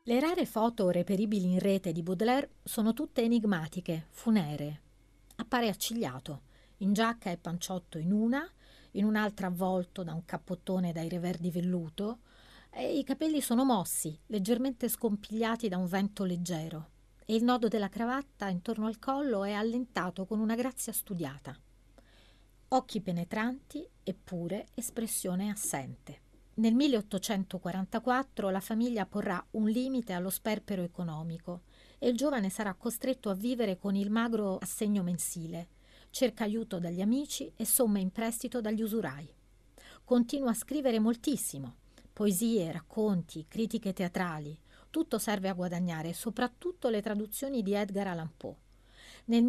Le rare foto reperibili in rete di Baudelaire sono tutte enigmatiche, funeree. Appare accigliato, in giacca e panciotto in un'altra avvolto da un cappottone dai revers di velluto, e i capelli sono mossi, leggermente scompigliati da un vento leggero, e il nodo della cravatta intorno al collo è allentato con una grazia studiata. Occhi penetranti, eppure espressione assente. Nel 1844 la famiglia porrà un limite allo sperpero economico e il giovane sarà costretto a vivere con il magro assegno mensile. Cerca aiuto dagli amici e somme in prestito dagli usurai. Continua a scrivere moltissimo. Poesie, racconti, critiche teatrali. Tutto serve a guadagnare, soprattutto le traduzioni di Edgar Allan Poe. Nel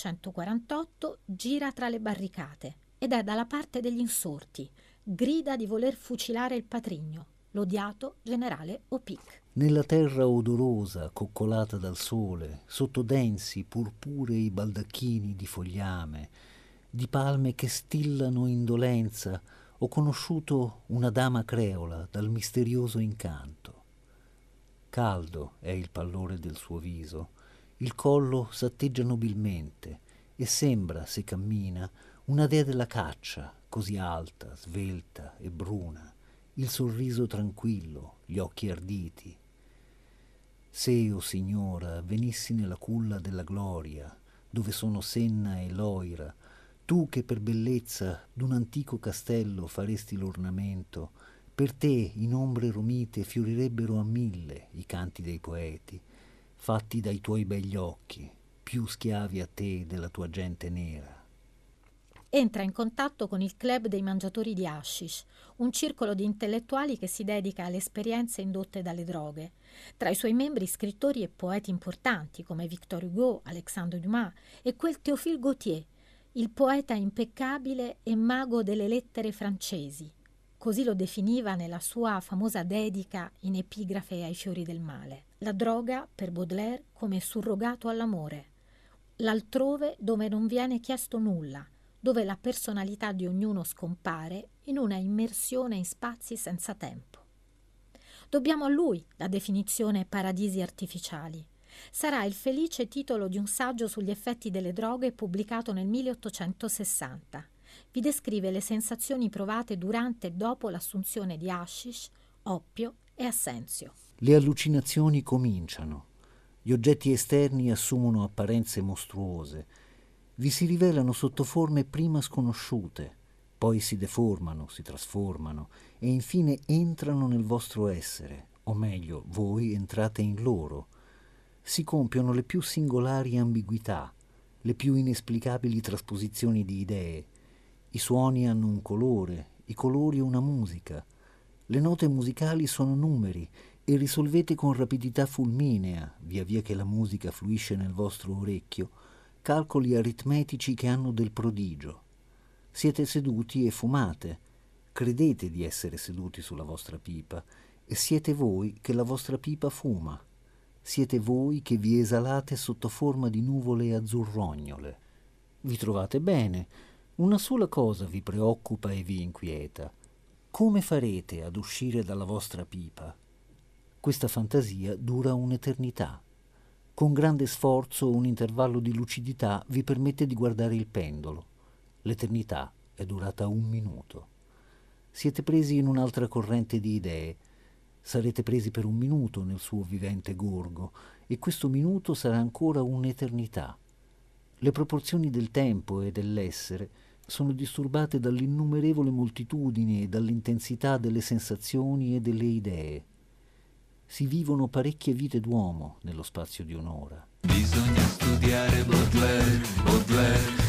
1848 gira tra le barricate ed è dalla parte degli insorti. Grida di voler fucilare il patrigno, l'odiato generale Opic. Nella terra odorosa, coccolata dal sole, sotto densi, purpurei baldacchini di fogliame, di palme che stillano indolenza, ho conosciuto una dama creola dal misterioso incanto. Caldo è il pallore del suo viso, il collo s'atteggia nobilmente e sembra, se cammina, una dea della caccia, così alta, svelta e bruna, il sorriso tranquillo, gli occhi arditi. Se, o signora, venissi nella culla della gloria, dove sono Senna e Loira, tu che per bellezza d'un antico castello faresti l'ornamento, per te in ombre romite fiorirebbero a mille i canti dei poeti, fatti dai tuoi begli occhi, più schiavi a te della tua gente nera. Entra in contatto con il Club dei Mangiatori di Hashish, un circolo di intellettuali che si dedica alle esperienze indotte dalle droghe. Tra i suoi membri scrittori e poeti importanti come Victor Hugo, Alexandre Dumas e quel Théophile Gautier, il poeta impeccabile e mago delle lettere francesi. Così lo definiva nella sua famosa dedica in epigrafe ai fiori del male. La droga, per Baudelaire, come surrogato all'amore. L'altrove dove non viene chiesto nulla, dove la personalità di ognuno scompare in una immersione in spazi senza tempo. Dobbiamo a lui la definizione paradisi artificiali. Sarà il felice titolo di un saggio sugli effetti delle droghe pubblicato nel 1860. Vi descrive le sensazioni provate durante e dopo l'assunzione di hashish, oppio e assenzio. Le allucinazioni cominciano. Gli oggetti esterni assumono apparenze mostruose. Vi si rivelano sotto forme prima sconosciute, poi si deformano, si trasformano e infine entrano nel vostro essere, o meglio, voi entrate in loro. Si compiono le più singolari ambiguità, le più inesplicabili trasposizioni di idee. I suoni hanno un colore, i colori una musica. Le note musicali sono numeri e risolvete con rapidità fulminea, via via che la musica fluisce nel vostro orecchio, calcoli aritmetici che hanno del prodigio. Siete seduti e fumate. Credete di essere seduti sulla vostra pipa e siete voi che la vostra pipa fuma. Siete voi che vi esalate sotto forma di nuvole azzurrognole. Vi trovate bene. Una sola cosa vi preoccupa e vi inquieta. Come farete ad uscire dalla vostra pipa? Questa fantasia dura un'eternità. Con grande sforzo un intervallo di lucidità vi permette di guardare il pendolo. L'eternità è durata 1 minuto. Siete presi in un'altra corrente di idee. Sarete presi per 1 minuto nel suo vivente gorgo e questo minuto sarà ancora un'eternità. Le proporzioni del tempo e dell'essere sono disturbate dall'innumerevole moltitudine e dall'intensità delle sensazioni e delle idee. Si vivono parecchie vite d'uomo nello spazio di un'ora. Bisogna studiare Baudelaire, Baudelaire.